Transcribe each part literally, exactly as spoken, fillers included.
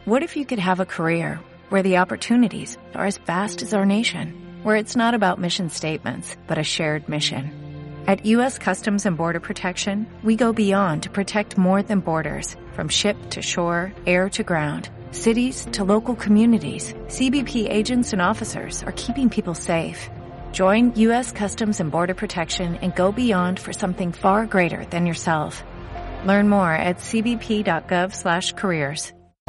What if you could have a career where the opportunities are as vast as our nation, where it's not about mission statements, but a shared mission? At U S Customs and Border Protection, we go beyond to protect more than borders, from ship to shore, air to ground, cities to local communities. C B P agents and officers are keeping people safe. Join U S Customs and Border Protection and go beyond for something far greater than yourself. Learn more at c b p dot gov slash careers.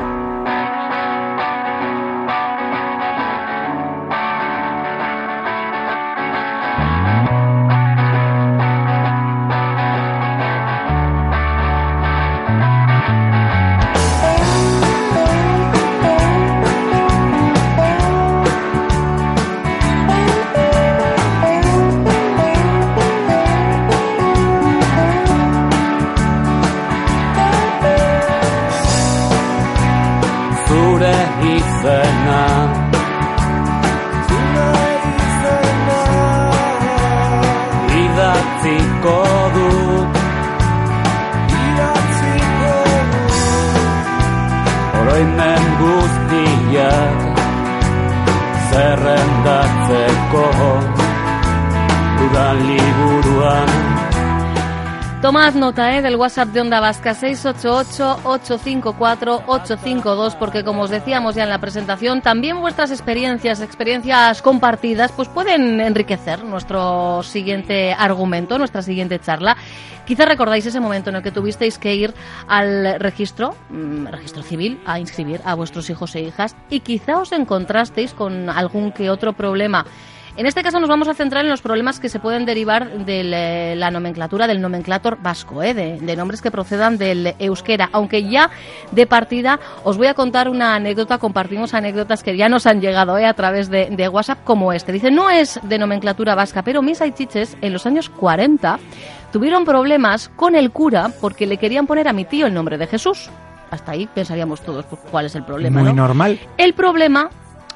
Tomad nota, ¿eh?, del WhatsApp de Onda Vasca, seis ocho ocho, ocho cinco cuatro, ocho cinco dos, porque como os decíamos ya en la presentación, también vuestras experiencias, experiencias compartidas, pues pueden enriquecer nuestro siguiente argumento, nuestra siguiente charla. Quizás recordáis ese momento en el que tuvisteis que ir al registro, mmm, registro civil, a inscribir a vuestros hijos e hijas, y quizá os encontrasteis con algún que otro problema. En este caso nos vamos a centrar en los problemas que se pueden derivar de la nomenclatura del nomenclator vasco, ¿eh? de, de nombres que procedan del euskera, aunque ya de partida os voy a contar una anécdota, compartimos anécdotas que ya nos han llegado, ¿eh?, a través de, de WhatsApp, como este. Dice, no es de nomenclatura vasca, pero mis aichiches en los años cuarenta tuvieron problemas con el cura porque le querían poner a mi tío el nombre de Jesús. Hasta ahí pensaríamos todos, pues, ¿cuál es el problema? Muy ¿no? normal. El problema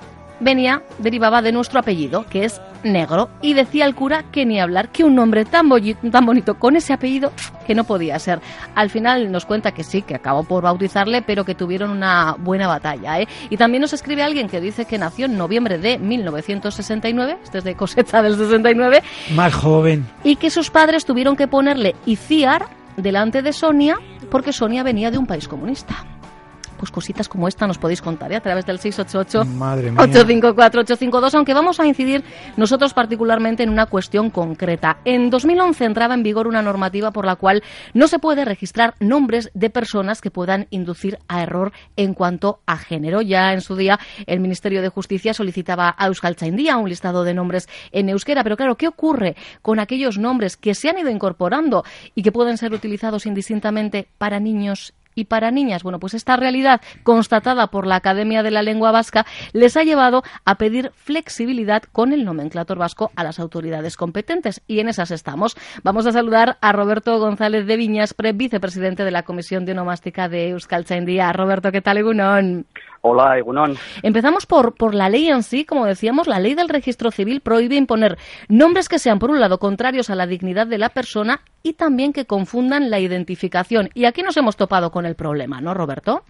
venía, derivaba de nuestro apellido, que es Negro, y decía el cura que ni hablar, que un nombre tan, tan bonito con ese apellido que no podía ser. Al final nos cuenta que sí, que acabó por bautizarle, pero que tuvieron una buena batalla, ¿eh? Y también nos escribe alguien que dice que nació en noviembre de mil novecientos sesenta y nueve, este es de cosecha del sesenta y nueve. Más joven. Y que sus padres tuvieron que ponerle Iciar delante de Sonia, porque Sonia venía de un país comunista. Pues cositas como esta nos podéis contar, ¿eh?, a través del seis ocho ocho, ocho cinco cuatro, ocho cinco dos, aunque vamos a incidir nosotros particularmente en una cuestión concreta. En dos mil once entraba en vigor una normativa por la cual no se puede registrar nombres de personas que puedan inducir a error en cuanto a género. Ya en su día el Ministerio de Justicia solicitaba a Euskaltzaindia un listado de nombres en euskera, pero claro, ¿qué ocurre con aquellos nombres que se han ido incorporando y que pueden ser utilizados indistintamente para niños y para niñas? Bueno, pues esta realidad constatada por la Academia de la Lengua Vasca les ha llevado a pedir flexibilidad con el nomenclator vasco a las autoridades competentes, y en esas estamos. Vamos a saludar a Roberto González de Viñaspre, vicepresidente de la Comisión de Onomástica de Euskaltzaindia. Roberto, ¿qué tal, egunon? Hola, egunon. Empezamos por, por la ley en sí. Como decíamos, la ley del registro civil prohíbe imponer nombres que sean, por un lado, contrarios a la dignidad de la persona y también que confundan la identificación. Y aquí nos hemos topado con el problema, ¿no, Roberto?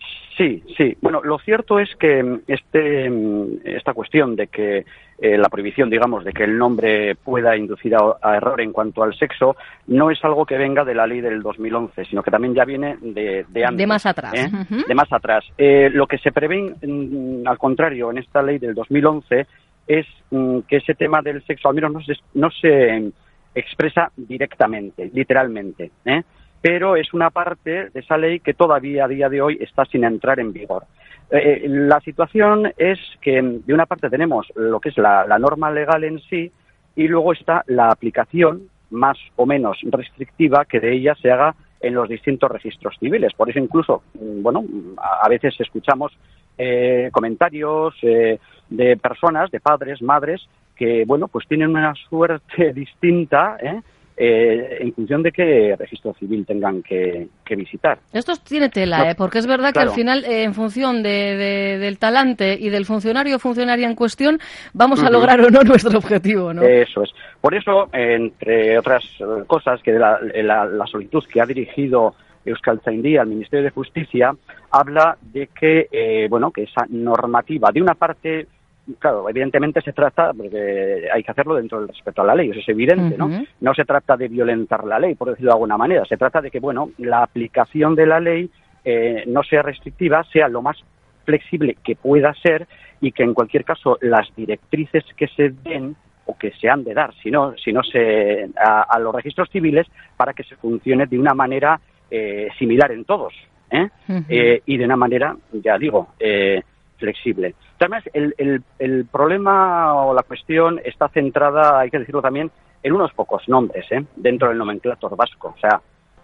Sí, sí. Bueno, lo cierto es que este esta cuestión de que eh, la prohibición, digamos, de que el nombre pueda inducir a, a error en cuanto al sexo no es algo que venga de la ley del dos mil once, sino que también ya viene de, de antes. De más atrás. ¿eh? Uh-huh. De más atrás. Eh, lo que se prevé, mm, al contrario, en esta ley del dos mil once es mm, que ese tema del sexo al menos no se, no se expresa directamente, literalmente, ¿eh? Pero es una parte de esa ley que todavía a día de hoy está sin entrar en vigor. Eh, la situación es que de una parte tenemos lo que es la, la norma legal en sí y luego está la aplicación más o menos restrictiva que de ella se haga en los distintos registros civiles. Por eso incluso, bueno, a, a veces escuchamos eh, comentarios eh, de personas, de padres, madres, que, bueno, pues tienen una suerte distinta, ¿eh? Eh, en función de qué registro civil tengan que, que visitar. Esto tiene tela, no, ¿eh? Porque es verdad claro. que al final, eh, en función de, de, del talante y del funcionario o funcionaria en cuestión, vamos uh-huh. a lograr o no nuestro objetivo, ¿no? Eso es. Por eso, entre otras cosas, que la, la, la solicitud que ha dirigido Euskaltzaindia, el Ministerio de Justicia, habla de que, eh, bueno, que esa normativa, de una parte, claro, evidentemente se trata, porque hay que hacerlo dentro del respeto a la ley, eso es evidente, ¿no? Uh-huh. No se trata de violentar la ley, por decirlo de alguna manera, se trata de que, bueno, la aplicación de la ley eh, no sea restrictiva, sea lo más flexible que pueda ser y que en cualquier caso las directrices que se den o que se han de dar, si no, si no se, a, a los registros civiles para que se funcione de una manera eh, similar en todos, ¿eh? Uh-huh. Eh, y de una manera, ya digo, eh, flexible. Además, el, el, el problema o la cuestión está centrada, hay que decirlo también, en unos pocos nombres, ¿eh? Dentro del nomenclátor vasco, o sea,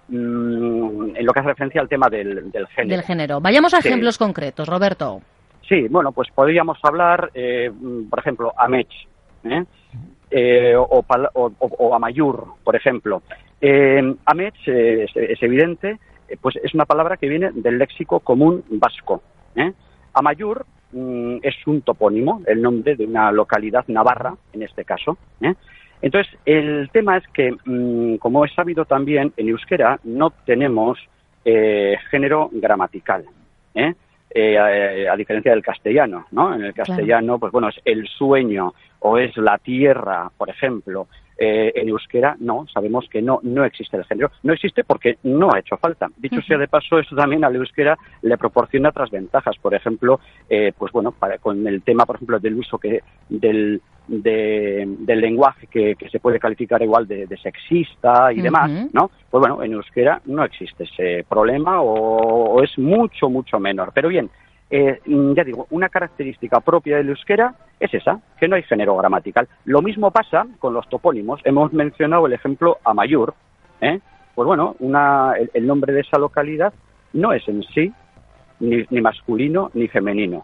mmm, en lo que hace referencia al tema del, del género. Del género. Vayamos a sí. ejemplos concretos, Roberto. Sí, bueno, pues podríamos hablar, eh, por ejemplo, Amech, ¿eh? Eh, o, o, o Amayur, por ejemplo. Eh, Amech, eh, es, es evidente, eh, pues es una palabra que viene del léxico común vasco. ¿eh? Amayur mm, es un topónimo, el nombre de una localidad navarra, en este caso. ¿eh? Entonces, el tema es que, mmm, como es sabido también, en euskera no tenemos eh, género gramatical, ¿eh? Eh, a, a diferencia del castellano, ¿no? En el castellano, claro. Pues bueno, es el sueño o es la tierra, por ejemplo. Eh, en euskera, no, sabemos que no no existe el género. No existe porque no ha hecho falta. Dicho uh-huh. sea de paso, eso también al euskera le proporciona otras ventajas. Por ejemplo, eh, pues bueno, para, con el tema, por ejemplo, del uso que del de, del lenguaje que, que se puede calificar igual de, de sexista y uh-huh. demás, ¿no? Pues bueno, en euskera no existe ese problema o, o es mucho, mucho menor. Pero bien, Eh, ya digo, una característica propia del euskera es esa, que no hay género gramatical. Lo mismo pasa con los topónimos. Hemos mencionado el ejemplo Amayur, ¿eh? Pues bueno, una, el, el nombre de esa localidad no es en sí ni, ni masculino ni femenino.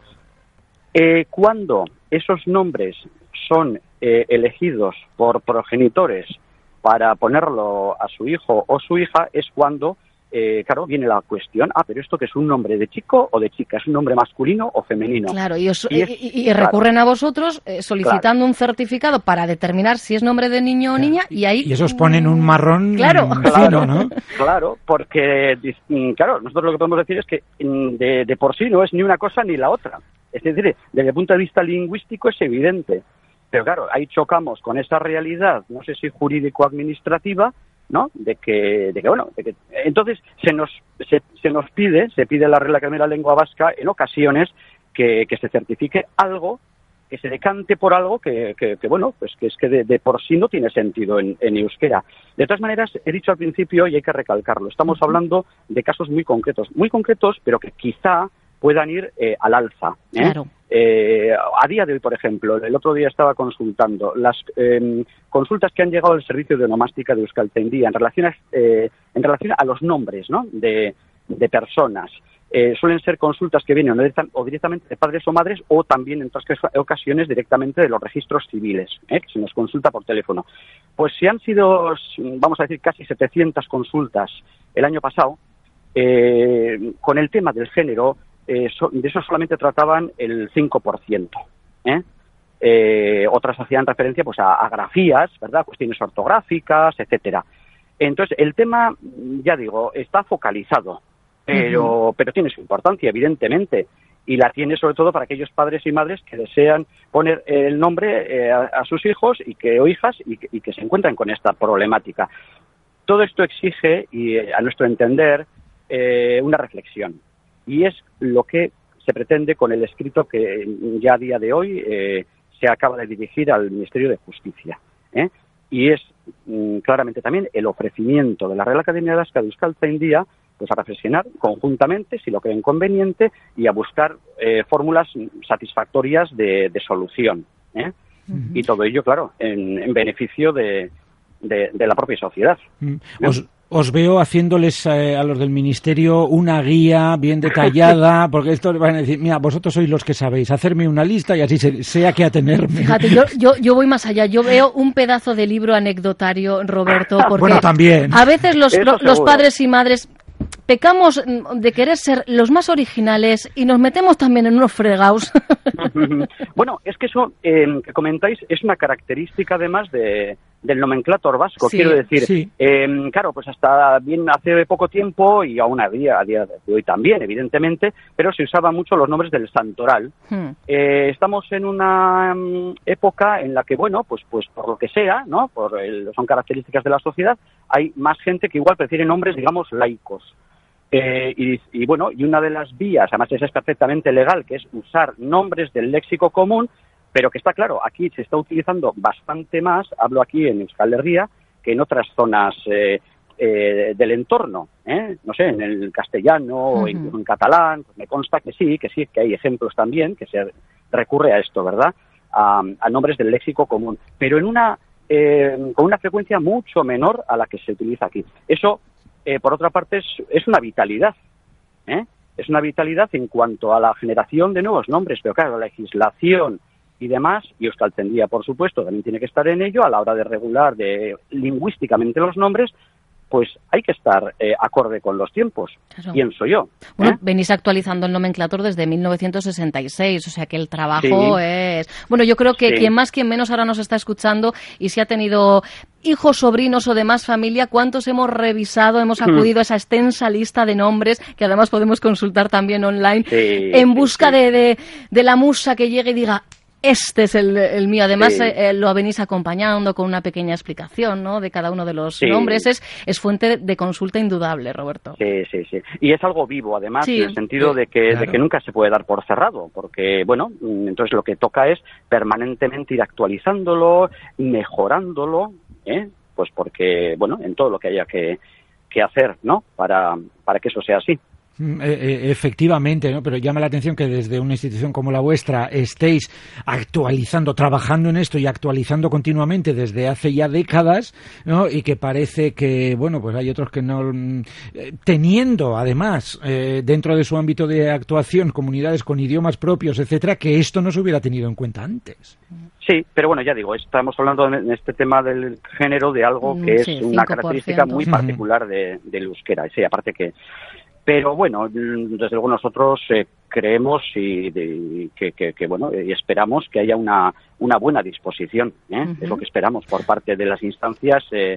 Eh, cuando esos nombres son eh, elegidos por progenitores para ponerlo a su hijo o su hija, es cuando Eh, claro, viene la cuestión, ah, pero ¿esto que es un nombre de chico o de chica? ¿Es un nombre masculino o femenino? Claro, y, os, y, es, y, y recurren claro. a vosotros eh, solicitando claro. un certificado para determinar si es nombre de niño o niña y ahí... Y esos ponen un marrón claro. fino, ¿no? Claro, porque, claro, nosotros lo que podemos decir es que de, de por sí no es ni una cosa ni la otra. Es decir, desde el punto de vista lingüístico es evidente. Pero claro, ahí chocamos con esa realidad, no sé si jurídico-administrativa, ¿no? De que, de que bueno, de que, entonces se nos se, se nos pide, se pide la Real Academia de la Lengua Vasca en ocasiones que, que se certifique algo, que se decante por algo que, que, que bueno, pues que es que de, de por sí no tiene sentido en, en euskera. De todas maneras, he dicho al principio y hay que recalcarlo, estamos hablando de casos muy concretos, muy concretos, pero que quizá puedan ir eh, al alza. ¿eh? Claro. Eh, a día de hoy, por ejemplo, el otro día estaba consultando las eh, consultas que han llegado al servicio de onomástica de Euskaltzaindia en relación a, eh, en relación a los nombres, ¿no? de, de personas. Eh, suelen ser consultas que vienen o directamente de padres o madres o también en otras ocasiones directamente de los registros civiles, ¿eh? que se nos consulta por teléfono. Pues si han sido, vamos a decir, casi setecientas consultas el año pasado, eh, con el tema del género, Eh, so, de eso solamente trataban el cinco por ciento. ¿eh? Eh, otras hacían referencia pues a, a grafías, ¿verdad? Cuestiones ortográficas, etcétera. Entonces, el tema, ya digo, está focalizado, pero, uh-huh. pero tiene su importancia, evidentemente, y la tiene sobre todo para aquellos padres y madres que desean poner el nombre eh, a, a sus hijos y que, o hijas y que, y que se encuentran con esta problemática. Todo esto exige, y a nuestro entender, eh, una reflexión. Y es lo que se pretende con el escrito que ya a día de hoy eh, se acaba de dirigir al Ministerio de Justicia. ¿eh? Y es mm, claramente también el ofrecimiento de la Real Academia Vasca de Euskaltzaindia pues a reflexionar conjuntamente, si lo creen conveniente, y a buscar eh, fórmulas satisfactorias de, de solución. ¿eh? Uh-huh. Y todo ello, claro, en, en beneficio de, de, de la propia sociedad. Uh-huh. Os... Os veo haciéndoles eh, a los del Ministerio una guía bien detallada, porque esto van a decir, mira, vosotros sois los que sabéis, hacerme una lista y así se, sea que atenerme. Fíjate, yo, yo, yo voy más allá, yo veo un pedazo de libro anecdotario, Roberto, porque bueno, también. a veces los, lo, los padres y madres pecamos de querer ser los más originales y nos metemos también en unos fregados. Bueno, es que eso eh, que comentáis es una característica además de, del nomenclátor vasco, sí, quiero decir. Sí. Eh, claro, pues hasta bien hace poco tiempo, y aún a día, a día de hoy también, evidentemente, pero se usaban mucho los nombres del santoral. Hmm. Eh, estamos en una um, época en la que, bueno, pues pues por lo que sea, ¿no? Por el, son características de la sociedad, hay más gente que igual prefiere nombres, digamos, laicos. Eh, y, y bueno, y una de las vías, además esa es perfectamente legal, que es usar nombres del léxico común, pero que está claro, aquí se está utilizando bastante más, hablo aquí en Euskal Herria, que en otras zonas eh, eh, del entorno, ¿eh? No sé, en el castellano uh-huh. o incluso en catalán, pues me consta que sí, que sí, que hay ejemplos también, que se recurre a esto, ¿verdad?, a, a nombres del léxico común, pero en una eh, con una frecuencia mucho menor a la que se utiliza aquí. Eso, Eh, por otra parte, es, es una vitalidad, ¿eh? Es una vitalidad en cuanto a la generación de nuevos nombres, pero claro, la legislación y demás, y Euskaltzaindia, por supuesto, también tiene que estar en ello a la hora de regular de, lingüísticamente los nombres, pues hay que estar eh, acorde con los tiempos, claro. Pienso yo. ¿eh? Bueno, venís actualizando el nomenclator desde mil novecientos sesenta y seis, o sea que el trabajo sí. es... Bueno, yo creo que sí. quien más, quien menos ahora nos está escuchando, y si ha tenido hijos, sobrinos o demás familia, ¿cuántos hemos revisado, hemos acudido mm. a esa extensa lista de nombres, que además podemos consultar también online, sí, en busca sí, sí. De, de, de la musa que llegue y diga... Este es el, el mío. Además, sí. eh, lo venís acompañando con una pequeña explicación, ¿no?, de cada uno de los sí. nombres. Es, es fuente de consulta indudable, Roberto. Sí, sí, sí. Y es algo vivo, además, sí. en el sentido de que, claro. de que nunca se puede dar por cerrado, porque, bueno, entonces lo que toca es permanentemente ir actualizándolo, mejorándolo, ¿eh? Pues porque, bueno, en todo lo que haya que, que hacer, ¿no?, para, para que eso sea así. Efectivamente, ¿no? Pero llama la atención que desde una institución como la vuestra estéis actualizando, trabajando en esto y actualizando continuamente desde hace ya décadas, ¿no? Y que parece que, bueno, pues hay otros que no, teniendo además eh, dentro de su ámbito de actuación comunidades con idiomas propios, etcétera, que esto no se hubiera tenido en cuenta antes. Sí, pero bueno, ya digo, estamos hablando en este tema del género de algo que sí, es una característica muy particular de, del euskera. Sí, aparte que Pero bueno, desde luego nosotros eh, creemos y de, que, que, que bueno y esperamos que haya una una buena disposición, ¿eh? Uh-huh. Es lo que esperamos por parte de las instancias eh,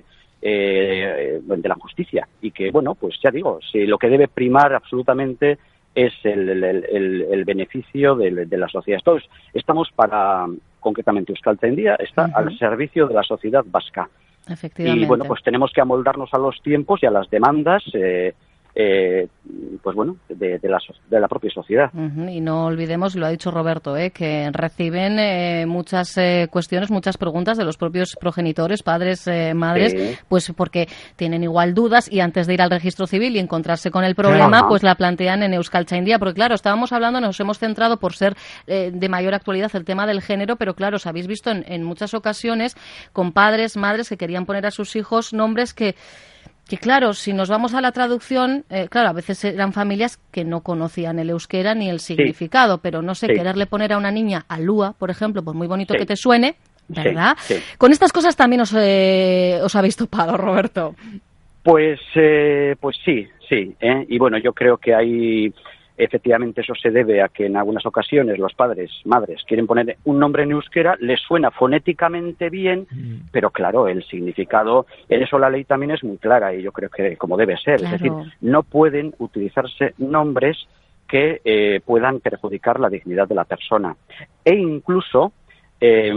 eh, de la justicia, y que bueno, pues ya digo, si lo que debe primar absolutamente es el, el, el, el beneficio de, de la sociedad. Entonces, estamos para, concretamente Euskaltzaindia está uh-huh. al servicio de la sociedad vasca. Efectivamente. Y bueno, pues tenemos que amoldarnos a los tiempos y a las demandas eh, Eh, pues bueno, de, de, la, de la propia sociedad. Uh-huh. Y no olvidemos, lo ha dicho Roberto, ¿eh? que reciben eh, muchas eh, cuestiones, muchas preguntas de los propios progenitores, padres, eh, madres, sí. pues porque tienen igual dudas y antes de ir al registro civil y encontrarse con el problema, Ajá. pues la plantean en Euskaltzaindia, porque claro, estábamos hablando, nos hemos centrado por ser eh, de mayor actualidad el tema del género, pero claro, os habéis visto en, en muchas ocasiones con padres, madres que querían poner a sus hijos nombres que Que claro, si nos vamos a la traducción, eh, claro, a veces eran familias que no conocían el euskera ni el significado, sí. pero no sé, sí. quererle poner a una niña Alúa, por ejemplo, por muy bonito sí. que te suene, ¿verdad? Sí, sí. Con estas cosas también os, eh, os habéis topado, Roberto. Pues, eh, pues sí, sí. ¿eh? Y bueno, yo creo que hay... Efectivamente, eso se debe a que en algunas ocasiones los padres, madres, quieren poner un nombre en euskera, les suena fonéticamente bien, mm. pero claro, el significado, en eso la ley también es muy clara y yo creo que como debe ser. Claro. Es decir, no pueden utilizarse nombres que eh, puedan perjudicar la dignidad de la persona. E incluso eh,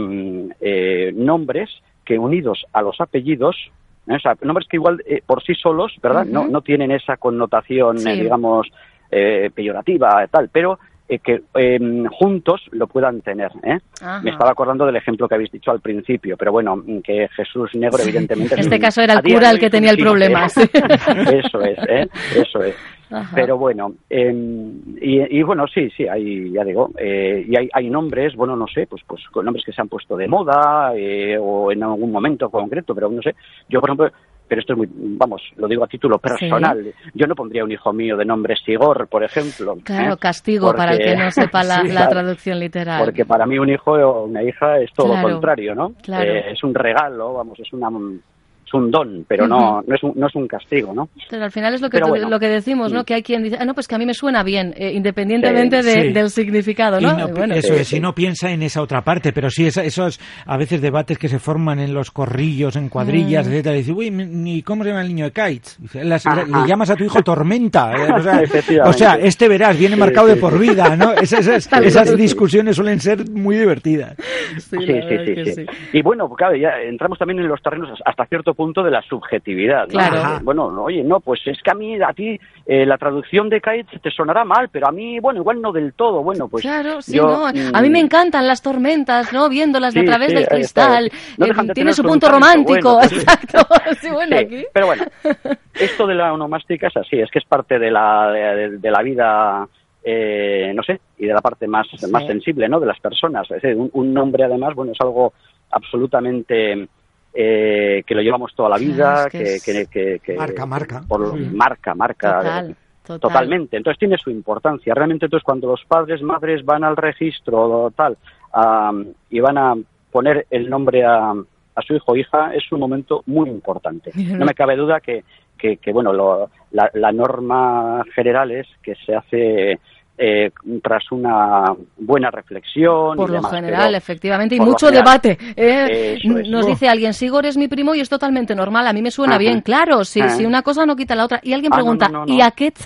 eh, nombres que unidos a los apellidos, ¿eh? O sea, nombres que igual eh, por sí solos, ¿verdad? Uh-huh. No, no tienen esa connotación, sí. eh, digamos, Eh, peyorativa, tal, pero eh, que eh, juntos lo puedan tener. ¿eh? Me estaba acordando del ejemplo que habéis dicho al principio, pero bueno, que Jesús Negro, evidentemente... En este es, caso era el cura el que tenía el problema. ¿eh? Eso es, ¿eh? Eso es. Ajá. Pero bueno, eh, y, y bueno, sí, sí, hay, ya digo, eh, y hay, hay nombres, bueno, no sé, pues pues con nombres que se han puesto de moda eh, o en algún momento concreto, pero no sé, yo por ejemplo... Pero esto es muy, vamos, lo digo a título personal. Sí. Yo no pondría un hijo mío de nombre Sigor, por ejemplo. Claro, ¿eh? castigo porque, para el que no sepa la, sí, la traducción literal. Porque para mí un hijo o una hija es todo claro, lo contrario, ¿no? Claro. Eh, es un regalo, vamos, es una, es un don, pero uh-huh. no no es un, no es un castigo, ¿no? Pero al final es lo que, tú, bueno, lo que decimos, ¿no? Que hay quien dice, ah, no, pues que a mí me suena bien, eh, independientemente sí, de, sí. del significado, ¿no? no bueno, eso sí, es, sí. si no piensa en esa otra parte, pero sí esa, esos a veces debates que se forman en los corrillos, en cuadrillas, mm. etcétera, dice, uy, ni ¿cómo se llama el niño de Kites? Las, le, le llamas a tu hijo Tormenta, eh, o, sea, o sea, este verás, viene marcado sí, sí, de por vida, ¿no? Esas, esas, esas discusiones suelen ser muy divertidas. Sí, sí, sí, sí, sí. sí. Y bueno, claro, ya entramos también en los terrenos hasta cierto punto de la subjetividad, ¿no? Claro. Bueno, oye, no, pues es que a mí, a ti, eh, la traducción de Kites te sonará mal, pero a mí, bueno, igual no del todo, bueno, pues... Claro, sí, yo, no, mm, a mí me encantan las tormentas, ¿no? Viéndolas sí, de a través sí, del cristal, no eh, de tiene su punto romántico, bueno, pues, exacto, sí, bueno, sí, aquí... Pero bueno, esto de la onomástica es así, es que es parte de la, de, de la vida... Eh, no sé, y de la parte más, sí. más sensible, ¿no?, de las personas. Es decir, un, un nombre, además, bueno, es algo absolutamente eh, que lo llevamos toda la vida, sí, es que, que, que, que, que marca, marca, por, sí. marca, marca, total, total. totalmente. Entonces tiene su importancia. Realmente, entonces, cuando los padres, madres van al registro tal um, y van a poner el nombre a, a su hijo o hija, es un momento muy importante. No me cabe duda que Que, que bueno, lo, la, la norma general es que se hace eh, tras una buena reflexión. Por y lo demás, general, efectivamente, y por mucho debate. ¿eh? Es. Nos dice alguien, Sigor es mi primo y es totalmente normal, a mí me suena Ajá. bien, claro, si, Ajá. si una cosa no quita la otra. Y alguien ah, pregunta, no, no, no, no. ¿y Aketza?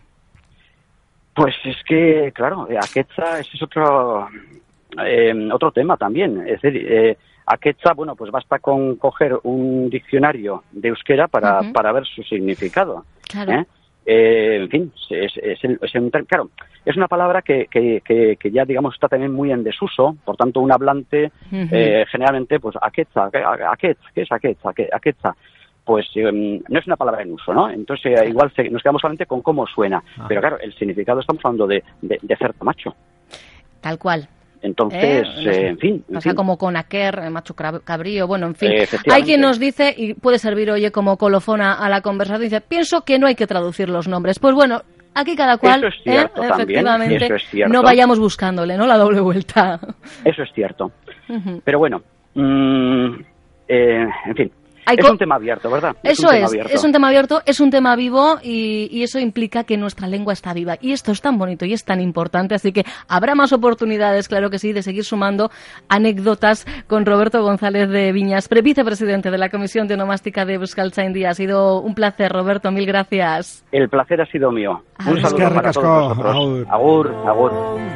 Pues es que, claro, Aketza ese es otro, eh, otro tema también. Es decir, eh, Aketza, bueno, pues basta con coger un diccionario de euskera para, uh-huh. para ver su significado. Claro. ¿eh? Eh, en fin, es, es, el, es el, claro, es una palabra que, que, que, que ya, digamos, está también muy en desuso. Por tanto, un hablante, uh-huh. eh, generalmente, pues, Aketza, Aketza, ¿qué es Aketza? Aketza. Pues eh, no es una palabra en uso, ¿no? Entonces, eh, igual se, nos quedamos solamente con cómo suena. Ah. Pero claro, el significado estamos hablando de, de, de cerdo macho. Tal cual. Entonces, ¿Eh? eh, en fin. En o sea, fin. como con Aker, macho cabrío, bueno, en fin. Eh, hay quien nos dice, y puede servir, oye, como colofona a la conversación, dice, pienso que no hay que traducir los nombres. Pues bueno, aquí cada cual, eso es cierto, ¿eh? También, efectivamente, eso es cierto. no vayamos buscándole, ¿no?, la doble vuelta. Eso es cierto. Uh-huh. Pero bueno, mmm, eh, en fin. Hay es co- un tema abierto, ¿verdad? Eso es, es, es un tema abierto, es un tema vivo y, y eso implica que nuestra lengua está viva. Y esto es tan bonito y es tan importante, así que habrá más oportunidades, claro que sí, de seguir sumando anécdotas con Roberto González de Viñas, vicepresidente de la Comisión de Onomástica de Euskaltzaindia. Ha sido un placer, Roberto, mil gracias. El placer ha sido mío. Adiós. Un saludo para todos vosotros. Agur, agur.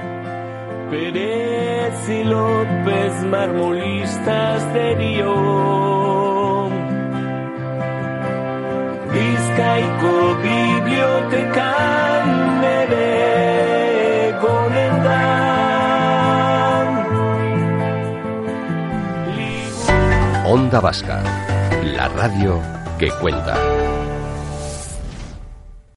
Pérez y López, marmolistas de Río. Bizkaiko bibliotekan ere egonen da. Onda Vasca, la radio que cuenta.